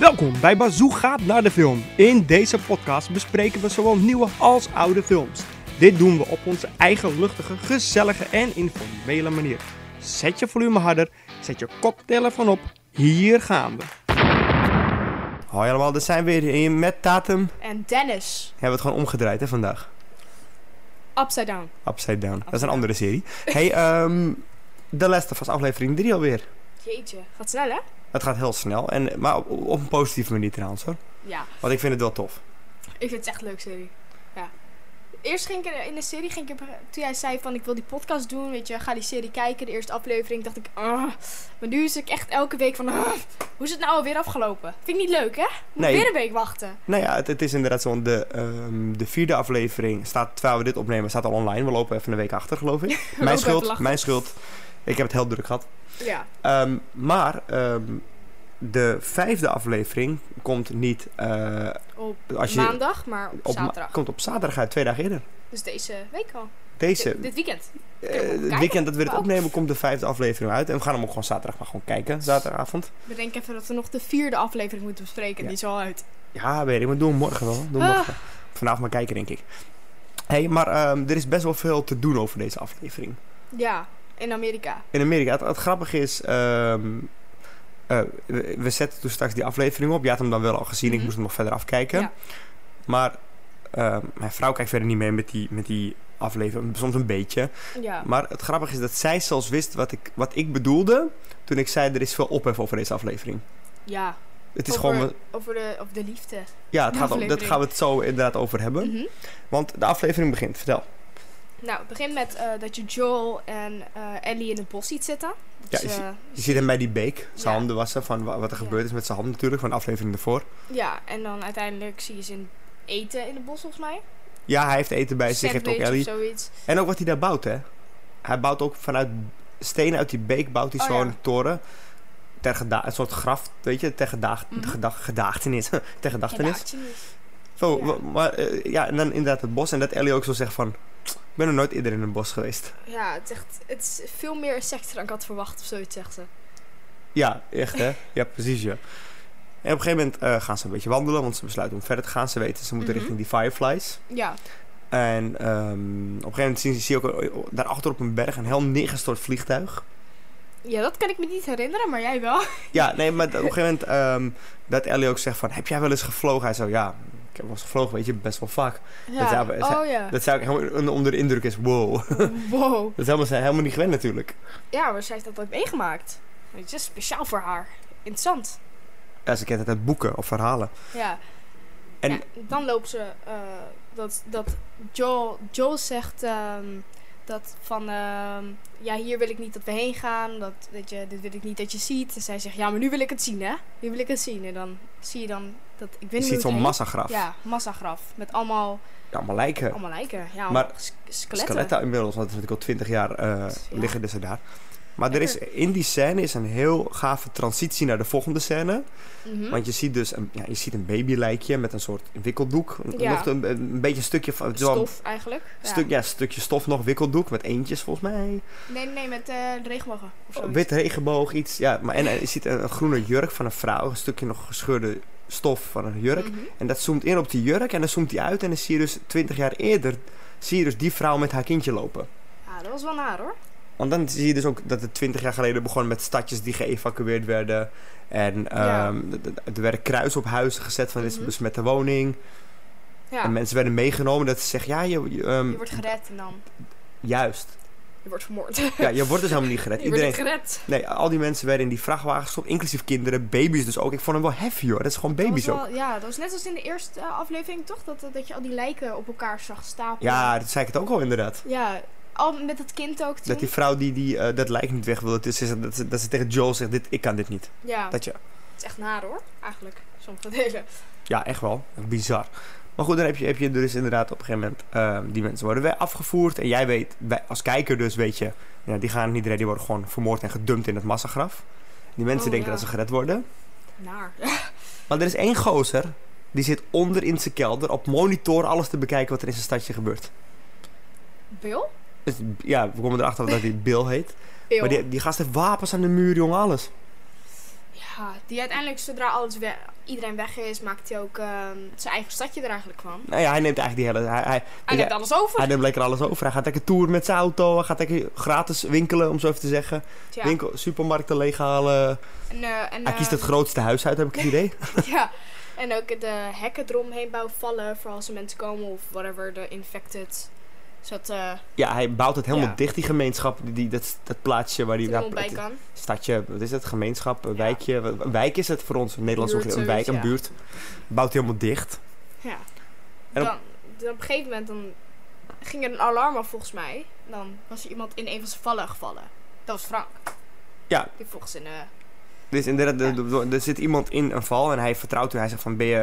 Welkom bij Bazoo gaat naar de film. In deze podcast bespreken we zowel nieuwe als oude films. Dit doen we op onze eigen luchtige, gezellige en informele manier. Zet je volume harder, zet je koptelefoon op. Hier gaan we. Hoi allemaal, daar zijn we weer met Tatum. En Dennis. Hebben we het gewoon omgedraaid hè vandaag. Upside Down. Upside Down. Dat is een andere serie. Hey, The Last of Us aflevering 3 alweer. Jeetje, gaat snel hè? Het gaat heel snel, maar op een positieve manier trouwens hoor. Ja. Want ik vind het wel tof. Ik vind het echt een leuke serie. Ja. Eerst ging ik in de serie, toen jij zei van ik wil die podcast doen, weet je, ga die serie kijken, de eerste aflevering, dacht ik, maar nu is ik echt elke week van, hoe is het nou alweer afgelopen? Vind ik niet leuk hè? Moet weer een week wachten. Nou ja, het is inderdaad zo, de vierde aflevering staat, terwijl we dit opnemen, staat al online. We lopen even een week achter geloof ik. Mijn schuld. Ik heb het heel druk gehad. Ja. Maar de vijfde aflevering komt niet op maandag, maar op zaterdag. Komt op zaterdag uit, 2 dagen eerder. Dus deze week al? Dit weekend? Het weekend dat we dit opnemen komt de vijfde aflevering uit. En we gaan hem ook gewoon zaterdag maar gewoon kijken, zaterdagavond. Bedenk even dat we nog de vierde aflevering moeten bespreken. Ja. Die is al uit. Ja, weet ik, maar doen we morgen wel. Morgen. Vanavond maar kijken, denk ik. Hey, maar er is best wel veel te doen over deze aflevering. Ja. In Amerika. In Amerika. Het grappige is, we zetten toen straks die aflevering op. Je had hem dan wel al gezien, ik moest hem nog verder afkijken. Ja. Maar mijn vrouw kijkt verder niet mee met die aflevering, soms een beetje. Ja. Maar het grappige is dat zij zelfs wist wat ik bedoelde toen ik zei er is veel ophef over deze aflevering. Ja. Het is over de liefde. Ja, dat gaan we het zo inderdaad over hebben. Mm-hmm. Want de aflevering begint, vertel. Nou, het begint met dat je Joel en Ellie in het bos ziet zitten. Dus, ja, je ziet hem bij die beek, zijn handen wassen van wat er gebeurd is met zijn handen natuurlijk, van de aflevering ervoor. Ja, en dan uiteindelijk zie je ze eten in het bos volgens mij. Ja, hij heeft eten bij zich, heeft ook Ellie. Zoiets. En ook wat hij daar bouwt, hè. Hij bouwt ook vanuit stenen uit die beek, bouwt hij zo'n toren. Een soort graf, weet je, ter gedachtenis. Zo, maar en dan inderdaad het bos. En dat Ellie ook zo zegt van, ik ben nog nooit eerder in een bos geweest. Ja, het is veel meer seks dan ik had verwacht of zoiets, zegt ze. Ja, echt hè. Ja, precies ja. En op een gegeven moment gaan ze een beetje wandelen, want ze besluiten om verder te gaan. Ze weten, ze moeten richting die Fireflies. Ja. En op een gegeven moment zie je ook daarachter op een berg een heel neergestort vliegtuig. Ja, dat kan ik me niet herinneren, maar jij wel. Ja, nee, maar op een gegeven moment dat Ellie ook zegt van, heb jij wel eens gevlogen? Hij zo, ja, ik heb wel eens gevlogen, weet je, best wel vaak. Ja. Dat zou ik helemaal onder de indruk is, wow. Wow. Dat is helemaal niet gewend natuurlijk. Ja, maar zij heeft dat ooit meegemaakt. Het is speciaal voor haar. Interessant. Ja, ze kent het uit boeken of verhalen. Ja. En dan loopt ze, dat Joel zegt dat van, hier wil ik niet dat we heen gaan. Dit wil ik niet dat je ziet. En zij zegt, ja, maar nu wil ik het zien, hè. Nu wil ik het zien. En dan zie je dan dat, ik weet niet. Je ziet zo'n massagraf. Ja, massagraf. Met allemaal... Allemaal lijken. Allemaal lijken, ja. Maar skeletten inmiddels, want het is natuurlijk al 20 jaar liggen dus daar. Maar er is in die scène is een heel gave transitie naar de volgende scène. Mm-hmm. Want je ziet dus een babylijkje met een soort wikkeldoek. Ja. Nog een beetje een stukje van... Stof eigenlijk. Stukje stof nog, wikkeldoek met eentjes volgens mij. Nee, met regenbogen. Wit regenboog, iets. Ja, maar en je ziet een groene jurk van een vrouw. Een stukje nog gescheurde stof van een jurk. Mm-hmm. En dat zoomt in op die jurk en dan zoomt die uit. En dan zie je dus 20 jaar eerder die vrouw met haar kindje lopen. Ja, dat was wel naar hoor. Want dan zie je dus ook dat het 20 jaar geleden begon met stadjes die geëvacueerd werden. En er werden kruisen op huizen gezet van dit is besmette woning. Ja. En mensen werden meegenomen dat ze zeggen, je wordt gered en dan... Juist. Je wordt vermoord. Ja, je wordt dus helemaal niet gered. Wordt niet gered. Nee, al die mensen werden in die vrachtwagen gestopt, inclusief kinderen, baby's dus ook. Ik vond hem wel heavy hoor, dat is gewoon baby's ook. Ja, dat was net als in de eerste aflevering toch? Dat je al die lijken op elkaar zag stapelen. Ja, dat zei ik het ook al inderdaad. Ja, al met dat kind ook toen. Dat die vrouw die dat lijk niet weg wilde. Dat ze tegen Joel zegt, ik kan dit niet. Ja, het is echt naar hoor, eigenlijk. Sommige delen. Ja, echt wel. Echt bizar. Maar goed, dan heb je dus inderdaad op een gegeven moment... die mensen worden weer afgevoerd. En jij weet, als kijker dus weet je... Ja, die gaan niet redden, die worden gewoon vermoord en gedumpt in het massagraf. Die mensen denken dat ze gered worden. Naar. Maar er is één gozer... Die zit onder in zijn kelder op monitor alles te bekijken wat er in zijn stadje gebeurt. Bill? Dus, ja, we komen erachter dat hij Bill heet. Bill. Maar die gast heeft wapens aan de muur, jongen, alles. Ja, Ja, die uiteindelijk, zodra iedereen weg is, maakt hij ook zijn eigen stadje er eigenlijk van. Nou ja, hij neemt eigenlijk die hele... Hij neemt alles over. Hij neemt lekker alles over. Hij gaat lekker tour met zijn auto. Hij gaat lekker gratis winkelen, om zo even te zeggen. Ja. Supermarkten leeghalen. Hij kiest het grootste huis uit, heb ik het idee. Ja, en ook de hekken eromheen vallen voor als er mensen komen of whatever, de infected. Ja, hij bouwt het helemaal dicht, die gemeenschap. Dat plaatsje waar hij... bij kan. Stadje, wat is het? Gemeenschap, een wijkje. Een wijk is het voor ons, in Nederlands Buurt, een wijk, een buurt. Bouwt hij helemaal dicht. Ja. En dan, op een gegeven moment ging er een alarm af volgens mij. Dan was er iemand in een van zijn vallen gevallen. Dat was Frank. Ja. Die volgens in... Dus inderdaad, er zit iemand in een val en hij vertrouwt u. Hij zegt van, ben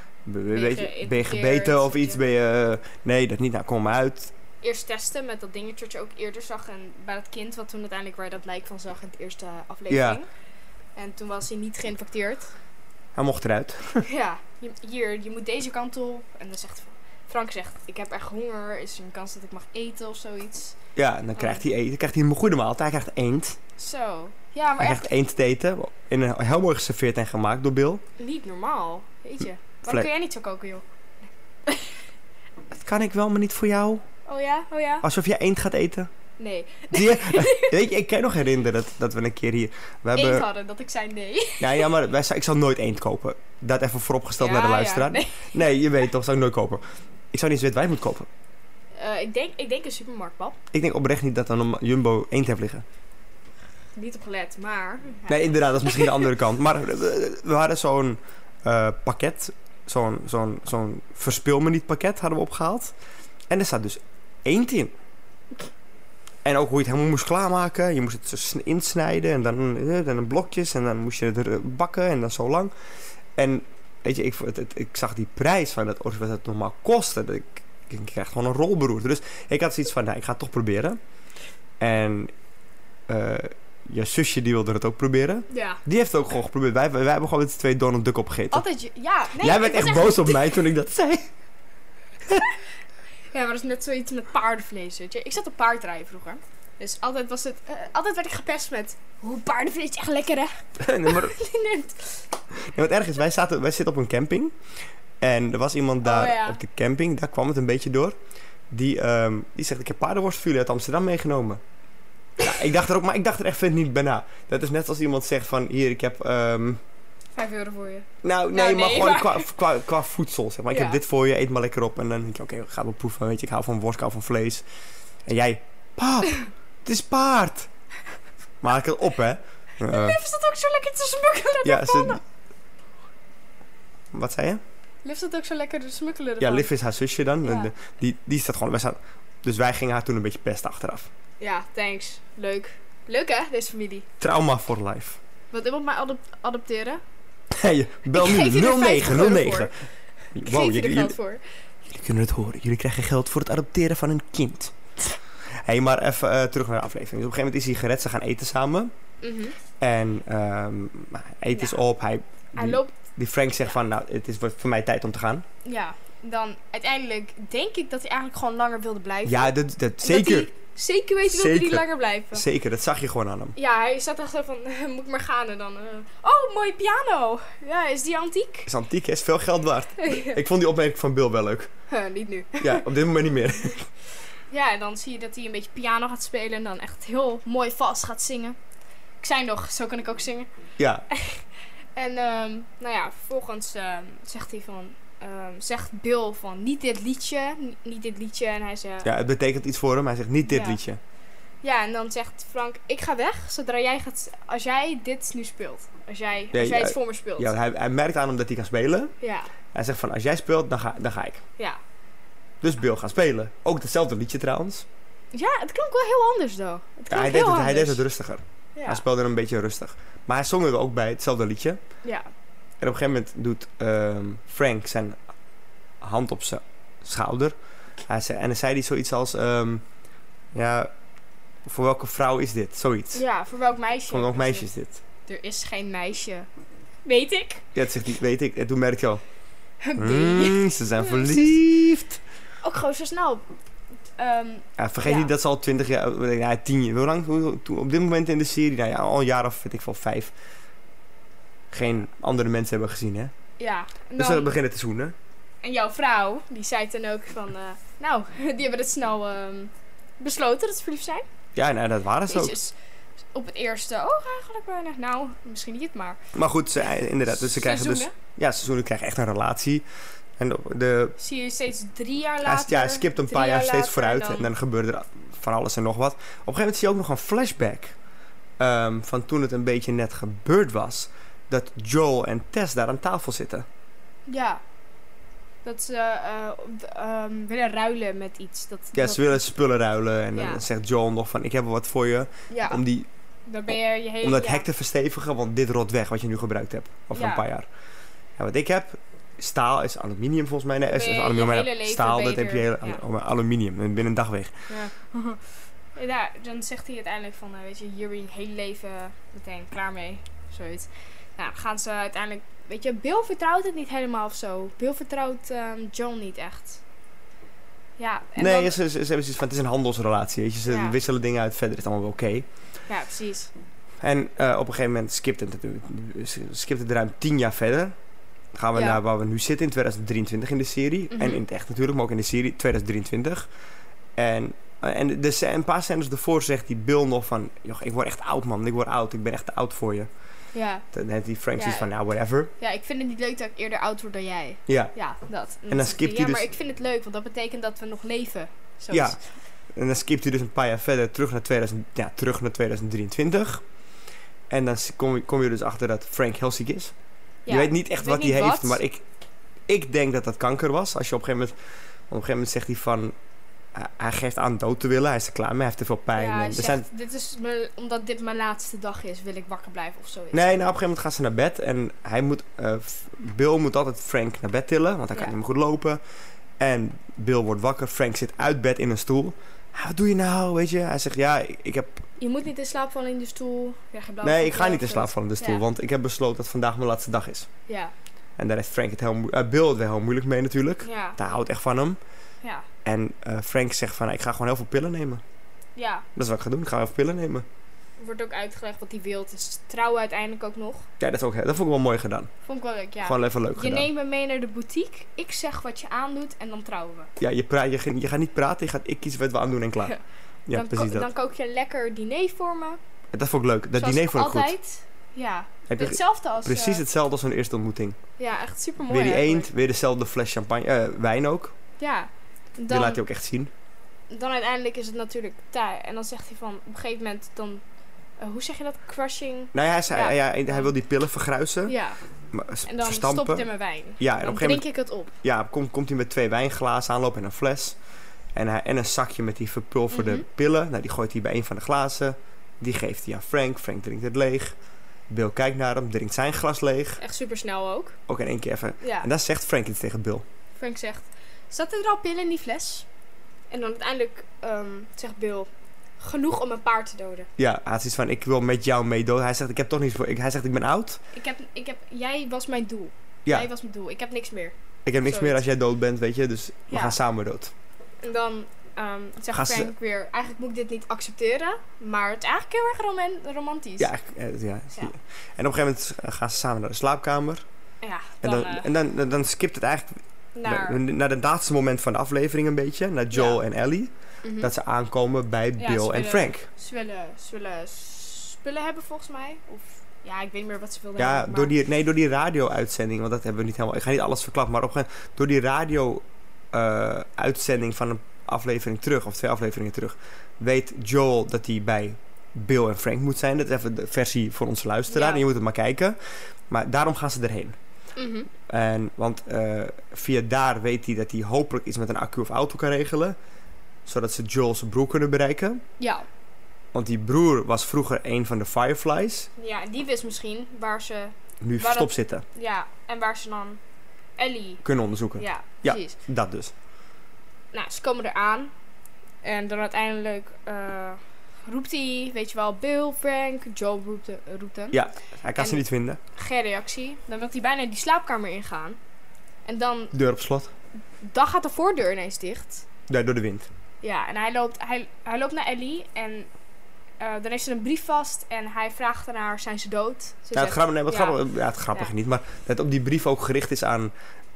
je gebeten of iets? Ben je... Nee, dat niet. Nou, kom maar uit. Eerst testen met dat dingetje wat je ook eerder zag. En bij dat kind wat toen uiteindelijk waar je dat lijk van zag in de eerste aflevering. Ja. En toen was hij niet geïnfecteerd. Hij mocht eruit. Ja, je moet deze kant op. En dan zegt Frank, ik heb echt honger. Is er een kans dat ik mag eten of zoiets? Ja, en dan krijgt hij eten. Dan krijgt hij een goede maaltijd. Hij krijgt eend. Zo. Ja, maar hij krijgt eend te eten. In een heel mooi geserveerd en gemaakt door Bill. Niet normaal, weet je. Waarom kun jij niet zo koken, joh? Dat kan ik wel, maar niet voor jou. Oh ja? Oh ja? Alsof jij eend gaat eten? Nee. Weet je, ik kan je nog herinneren dat we een keer hier... Eend hadden, dat ik zei nee. Ja, maar ik zal nooit eend kopen. Dat even vooropgesteld naar de luisteraar. Ja, nee, je weet toch, zou ik nooit kopen. Ik zou niet eens weten waar je moet kopen. Ik denk een supermarkt, pap. Ik denk oprecht niet dat er een Jumbo eend heeft liggen. Niet op gelet, maar... Nee, inderdaad, dat is misschien de andere kant. Maar we hadden zo'n pakket, zo'n verspilmeniet pakket hadden we opgehaald. En er staat dus eend in. En ook hoe je het helemaal moest klaarmaken. Je moest het zo insnijden en dan blokjes en dan moest je het bakken en dan zo lang. En weet je, ik zag die prijs van wat het normaal kostte. Ik krijg gewoon een rol beroerd. Dus ik had zoiets van, nou, ik ga het toch proberen. En je zusje die wilde het ook proberen. Ja. Die heeft het ook gewoon geprobeerd. Wij hebben gewoon met z'n twee Donald Duck opgegeten. Altijd, ja. Nee, jij bent echt boos op mij toen ik dat zei. Ja, maar dat is net zoiets met paardenvlees, weet je. Ik zat op paardrijden vroeger. Dus altijd werd ik gepest met... Hoe paardenvlees is echt lekker, hè? Nee, maar... wat erg is, wij zitten op een camping. En er was iemand daar op de camping. Daar kwam het een beetje door. Die zegt, ik heb paardenworst voor jullie uit Amsterdam meegenomen. Ja, ik dacht er ook, maar ik dacht er echt niet bij na. Dat is net als iemand zegt van, hier, ik heb... €5 voor je. Nou, nee, maar gewoon qua voedsel, zeg maar. Ik heb dit voor je, eet maar lekker op. En dan denk je, oké, we gaan wel proeven, weet je. Ik hou van worst, ik hou van vlees. En jij, pap, het is paard. Maak het op, hè. Liv is dat ook zo lekker te smukkelen ervan. Wat zei je? Liv is dat ook zo lekker te smukkelen ervan. Ja, Liv is haar zusje dan. Ja. Die staat gewoon... Dus wij gingen haar toen een beetje pesten achteraf. Ja, thanks. Leuk. Leuk, hè, deze familie. Trauma for life. Wat iemand mij adopteren? Hey, bel nu 0909. Ik geef je er geld voor. Jullie kunnen het horen. Jullie krijgen geld voor het adopteren van een kind. Hey, maar even terug naar de aflevering. Dus op een gegeven moment is hij gered. Ze gaan eten samen. Mm-hmm. En eten is op. Hij loopt. Die Frank zegt van, nou, het is voor mij tijd om te gaan. Ja, dan uiteindelijk denk ik dat hij eigenlijk gewoon langer wilde blijven. Ja, dat zeker. Zeker weten wil hij niet langer blijven. Zeker, dat zag je gewoon aan hem. Ja, hij zat echt zo van, moet ik maar gaan en dan... oh, mooie piano. Ja, is die antiek? Is antiek, is veel geld waard. Ik vond die opmerking van Bill wel leuk. Niet nu. Ja, op dit moment niet meer. Ja, en dan zie je dat hij een beetje piano gaat spelen en dan echt heel mooi vast gaat zingen. Ik zei nog, zo kan ik ook zingen. Ja. En nou ja, vervolgens zegt hij van... zegt Bill van niet dit liedje. En hij zegt... Ja, het betekent iets voor hem. Hij zegt niet dit liedje. Ja, en dan zegt Frank, ik ga weg zodra jij als jij dit nu speelt. Als jij het voor me speelt. Ja, hij merkt aan hem dat hij kan spelen. Ja. Hij zegt van, als jij speelt, dan ga ik. Ja. Dus Bill gaat spelen. Ook hetzelfde liedje trouwens. Ja, het klonk wel heel anders, though. Hij deed het rustiger. Ja. Hij speelde een beetje rustig. Maar hij zong er ook bij hetzelfde liedje. Ja. En op een gegeven moment doet Frank zijn hand op zijn schouder. En dan zei hij zoiets als... ja, voor welke vrouw is dit? Zoiets. Ja, voor welk meisje? Voor welk meisje is dit? Er is geen meisje. Weet ik. Ja, het zegt niet, weet ik. En toen merkte je al... ze zijn verliefd. Ook gewoon zo snel. Vergeet niet dat ze al 20 jaar... Ja, 10 jaar. Hoe lang? Op dit moment in de serie? Nou ja, al een jaar of weet ik veel, 5... geen andere mensen hebben gezien, hè. Ja. En Dus dan, we beginnen te zoenen. en jouw vrouw, die zei dan ook van... nou, die hebben het snel besloten dat ze verliefd zijn. Ja, nou, dat waren ze ook. Jezus, op het eerste oog eigenlijk bijna. Nou, misschien niet, maar... Maar goed, inderdaad. Dus ze krijgen dus... Seizoenen. Ja, seizoenen krijgen echt een relatie. En Zie je steeds 3 jaar later. hij skipt een 3 paar jaar steeds later vooruit. En dan gebeurde er van alles en nog wat. Op een gegeven moment zie je ook nog een flashback. Van toen het een beetje net gebeurd was. Dat Joel en Tess daar aan tafel zitten. Ja. Dat ze willen ruilen met iets. Ja, ze willen spullen ruilen. En Ja. dan zegt Joel nog van... Ik heb wel wat voor je. Ja, dan ben je hele... Om dat hek te verstevigen. Want dit rot weg wat je nu gebruikt hebt. Over Ja. een paar jaar. Ja, wat ik heb... Staal is aluminium volgens mij. Nee, Dan is ben je aluminium. je Maar hele leven staal, dat beter. heb je hele, Ja. aluminium. Binnen een dag weg. Ja. Ja, dan zegt hij uiteindelijk van, weet je, hier ben je je hele leven meteen klaar mee. Zoiets. Nou, dan gaan ze uiteindelijk... Weet je, Bill vertrouwt het niet helemaal of zo. Bill vertrouwt Joel niet echt. Ja, en Nee, dan, ze hebben zoiets van... Het is een handelsrelatie. Weet je. Ze Ja. wisselen dingen uit. Verder is het allemaal wel oké. ja, precies. En op een gegeven moment skipt het ruim 10 jaar verder. Dan gaan we Ja. naar waar we nu zitten in 2023 in de serie. Mhm. En in het echt natuurlijk, maar ook in de serie 2023. En een paar scènes ervoor zegt die Bill nog van... "Joh, ik word echt oud, man. Ik word oud. Ik ben echt te oud voor je." Ja. Dan heeft die Frank Ja. zoiets van... Nou, whatever. Ja, ik vind het niet leuk dat ik eerder oud word dan jij. Ja. Ja, dat. En dan zegt skipt hij, hij ja, dus- maar ik vind het leuk, want dat betekent dat we nog leven. Ja. En dan skipt hij dus een paar jaar verder terug naar 2023. En dan kom je dus achter dat Frank heel ziek is. Ja, Je weet niet echt ik wat weet hij niet heeft, wat. maar ik denk dat dat kanker was. Als je op een gegeven moment zegt hij van... Hij geeft aan dood te willen, hij is er klaar mee, hij heeft te veel pijn. Ja, En hij er zegt, zijn, omdat dit mijn laatste dag is, wil ik wakker blijven of zoiets. nee, nou, op een gegeven moment gaan ze naar bed. En Bill moet altijd Frank naar bed tillen, want hij kan Ja. niet meer goed lopen. En Bill wordt wakker, Frank zit uit bed in een stoel. Wat doe je nou, weet je? Hij zegt, ja, ik heb... Je moet niet in slaap vallen in de stoel. Ja, geen blauwe Nee, ik ga vlek, niet in slaap vallen in de stoel, Ja. want ik heb besloten dat vandaag mijn laatste dag is. Ja, En daar heeft Frank Bill het wel heel moeilijk mee natuurlijk. ja, Hij houdt echt van hem. ja, En Frank zegt van, ik ga gewoon heel veel pillen nemen. ja. Dat is wat ik ga doen, ik ga heel veel pillen nemen. Er wordt ook uitgelegd wat hij wil. Het is trouwen uiteindelijk ook nog. Ja, dat vond ik wel mooi gedaan. Vond ik wel leuk, ja. Gewoon even leuk Je gedaan. neemt me mee naar de boutique. Ik zeg wat je aandoet en dan trouwen we. Ja, je gaat niet praten, ik kies wat we aandoen en klaar. Ja. Ja, dan, precies dat. dan kook je een lekker diner voor me. Dat vond ik leuk. Dat Zoals diner vond ik goed. altijd. Ja. Heb je Hetzelfde als... precies hetzelfde als een eerste ontmoeting. Ja, echt super mooi. Weer die eend, weer dezelfde fles champagne, wijn ook. Ja. Die Dan, laat hij ook echt zien. dan uiteindelijk is het natuurlijk taai. En dan zegt hij van, op een gegeven moment dan... hoe zeg je dat? Crushing? Nou ja, hij zei, Ja. hij wil die pillen vergruisen. Ja. En dan verstampen. stopt het in mijn wijn. Ja, en op Dan een gegeven drink ik het op. Ja, komt hij met 2 wijnglazen aanlopen en een fles. En een zakje met die verpulverde Mhm. pillen. Nou, die gooit hij bij een van de glazen. Die geeft hij aan Frank. Frank drinkt het leeg. Bill kijkt naar hem, drinkt zijn glas leeg. Echt super snel ook. Ook in één keer even. Ja. En dan zegt Frank iets tegen Bill. Frank zegt, zaten er al pillen in die fles? En dan uiteindelijk zegt Bill, genoeg om een paard te doden. Ja, hij had zoiets van, ik wil met jou meedoen. Hij zegt, ik heb toch niets voor... Hij zegt, ik ben oud. Jij was mijn doel. Ja, Jij was mijn doel. Ik heb niks meer. ik heb niks zoiets. meer als jij dood bent, weet je. Dus we Ja. gaan samen dood. En dan zegt Gaan ze- Frank weer, eigenlijk moet ik dit niet accepteren. Maar het is eigenlijk heel erg romantisch. Ja, ja. En op een gegeven moment gaan ze samen naar de slaapkamer. Ja, En dan skipt het eigenlijk naar het laatste moment van de aflevering een beetje. Naar Joel en Ellie. mhm. Dat ze aankomen bij Ja, Bill ze en willen- Frank. Ze willen spullen hebben volgens mij. Of ja, ik weet niet meer wat ze wilden Ja, hebben. Maar door die radio-uitzending. Want dat hebben we niet helemaal... Ik ga niet alles verklappen. Maar op een gegeven moment, door die radio-uitzending van een aflevering terug. Of 2 afleveringen terug. Weet Joel dat hij bij Bill en Frank moet zijn. Dat is even de versie voor onze luisteraar. Ja. En je moet het maar kijken. Maar daarom gaan ze erheen. Mhm. Want via daar weet hij dat hij hopelijk iets met een accu of auto kan regelen. Zodat ze Joel zijn broer kunnen bereiken. Ja. Want die broer was vroeger een van de Fireflies. Ja, en die wist misschien waar ze... Nu Waar verstopt dat- zitten. Ja, en waar ze dan Ellie... Kunnen onderzoeken. Ja, Ja. precies. Dat dus. Nou, ze komen eraan. En dan uiteindelijk roept hij, weet je wel, Bill, Frank, Joel roept hem. Ja, hij kan En- ze niet vinden. Geen reactie. Dan wil hij bijna die slaapkamer ingaan. En dan Deur op slot. gaat de voordeur ineens dicht. Ja, door de wind. Ja, en hij loopt naar Ellie. En dan heeft ze een brief vast en hij vraagt aan haar, zijn ze dood? Het grappige niet, maar dat op die brief ook gericht is aan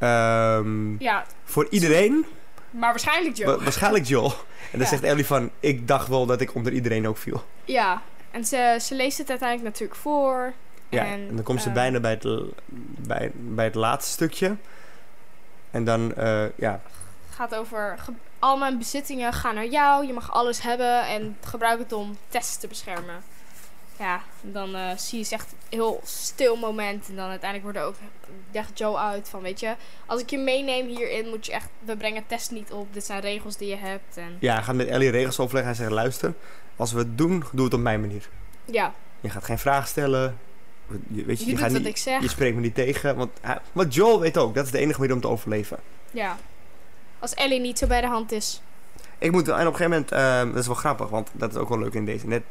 voor iedereen. Maar waarschijnlijk Joel. Waarschijnlijk Joel. En dan zegt Ellie van, ik dacht wel dat ik onder iedereen ook viel. Ja, en ze leest het uiteindelijk natuurlijk voor. Ja, en dan komt ze bijna bij het laatste stukje. En dan, gaat over, al mijn bezittingen gaan naar jou. Je mag alles hebben en gebruik het om Tess te beschermen. Ja, dan zie je echt een heel stil moment. En dan uiteindelijk wordt er ook, legt Joe uit van, weet je, als ik je meeneem hierin, moet je echt, we brengen Tess niet op. Dit zijn regels die je hebt. En ja, hij gaat met Ellie regels overleggen. Hij zegt, luister, als we het doen, doe het op mijn manier. Ja. Je gaat geen vragen stellen. Je doet wat ik zeg. Je spreekt me niet tegen. Want Joel weet ook, dat is de enige manier om te overleven. Ja. Als Ellie niet zo bij de hand is. En op een gegeven moment, dat is wel grappig, want dat is ook wel leuk in deze.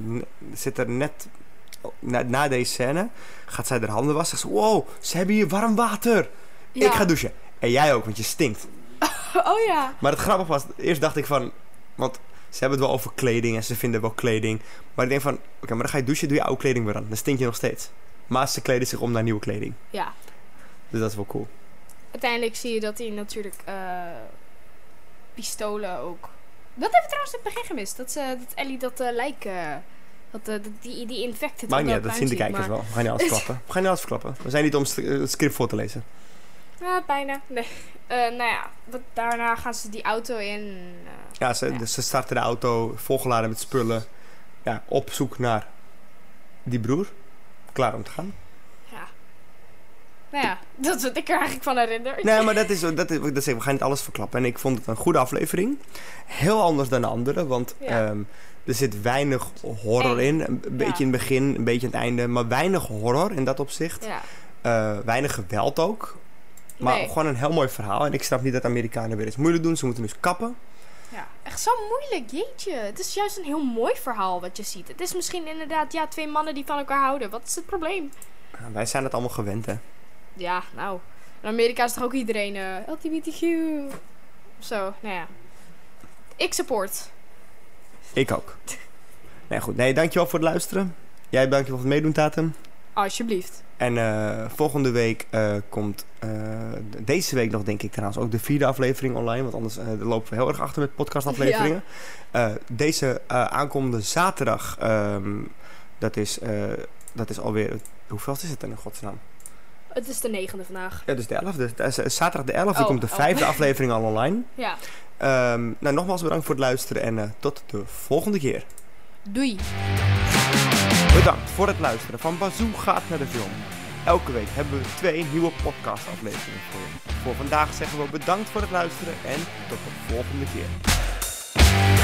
Na deze scène, gaat zij haar handen wassen. Zegt ze, wow, ze hebben hier warm water. Ja. Ik ga douchen. En jij ook, want je stinkt. Oh ja. Maar het grappige was, eerst dacht ik van, want ze hebben het wel over kleding en ze vinden wel kleding. Maar ik denk van, oké, maar dan ga je douchen, doe je oude kleding weer aan. Dan stink je nog steeds. Maar ze kleden zich om naar nieuwe kleding. Ja. Dus dat is wel cool. Uiteindelijk zie je dat hij natuurlijk pistolen ook. Dat hebben we trouwens in het begin gemist. Dat Ellie dat lijk... die infected. Maar ja, dat zien de kijkers wel. We gaan niet alles verklappen. We zijn niet om het script voor te lezen. Ja, bijna. Nee. Daarna gaan ze die auto in. Ze starten de auto volgeladen met spullen. Ja, op zoek naar die broer. Klaar om te gaan. Ja. Nou ja, dat is wat ik er eigenlijk van herinner. Nee, maar dat is we gaan niet alles verklappen. En ik vond het een goede aflevering. Heel anders dan de andere, want er zit weinig horror in. Een beetje in het begin, een beetje aan het einde. Maar weinig horror in dat opzicht. Ja. Weinig geweld ook. Maar gewoon een heel mooi verhaal. En ik snap niet dat Amerikanen weer eens moeilijk doen. Ze moeten dus kappen. Ja, echt zo moeilijk, jeetje. Het is juist een heel mooi verhaal wat je ziet. Het is misschien inderdaad, twee mannen die van elkaar houden. Wat is het probleem? Ja, wij zijn het allemaal gewend, hè. Ja, nou. In Amerika is toch ook iedereen LGBTQ. Zo, nou ja. Ik support. Ik ook. Nee, goed. Nee, dankjewel voor het luisteren. Jij dankjewel voor het meedoen, Tatum. Alsjeblieft. En volgende week komt... deze week nog, denk ik trouwens, ook de 4e aflevering online. Want anders lopen we heel erg achter met podcastafleveringen. Ja. Deze aankomende zaterdag... dat is alweer... Hoeveel is het dan in godsnaam? Het is de 9e vandaag. Ja, dus de 11e. Zaterdag de 11e komt de 5e aflevering al online. Ja. Nogmaals bedankt voor het luisteren en tot de volgende keer. Doei. Bedankt voor het luisteren van Bazoo gaat naar de film. Elke week hebben we 2 nieuwe podcastafleveringen voor je. Voor vandaag zeggen we bedankt voor het luisteren en tot de volgende keer.